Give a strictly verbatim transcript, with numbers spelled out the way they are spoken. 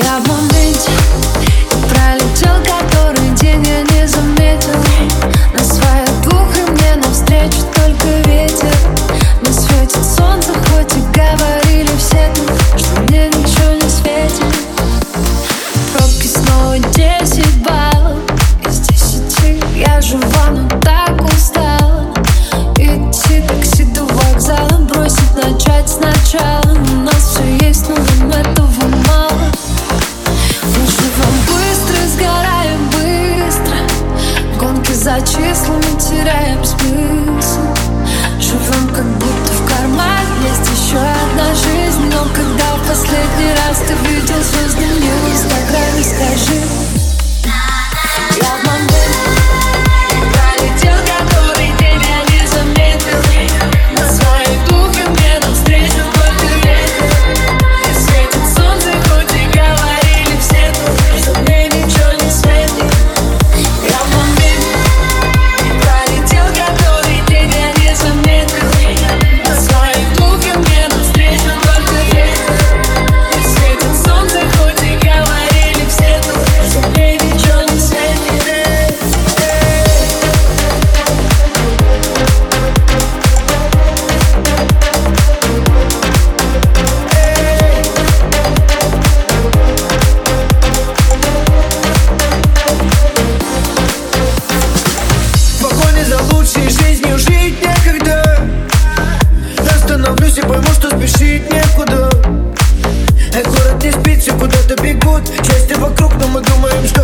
Я в моменте пролетел, который день я не заметил. На своих двух и мне навстречу только ветер. Не светит солнце, хоть и говорили все тут, что мне ничего не светит. Пробки снова десять баллов из десяти. Я жива, но так устала. Идти такси до вокзала, бросить, начать сначала. У нас все есть, но нам этого мало. Мы живем быстро, сгораем быстро. В гонке за числами теряем смысл. Живем как будто в кармане есть еще одна жизнь. Но когда в последний раз ты видел звезды мне в инстаграме, скажи. Я в моменте пролетел, который день я не заметил. На своих двух и мне навстречу только ветер. Не светит солнце, хоть и говорили все тут, что мне ничего не светит. Я в моменте пролетел, который день я не заметил. На своих двух и мне навстречу только ветер. Не светит солнце, хоть и говорили все тут, что мне ничего не светит. В погоне за лучшей жизнью жить некогда. Остановлюсь и пойму, что спешить некуда. Эй, город не спит, все куда-то бегут. Счастье вокруг, но мы думаем, что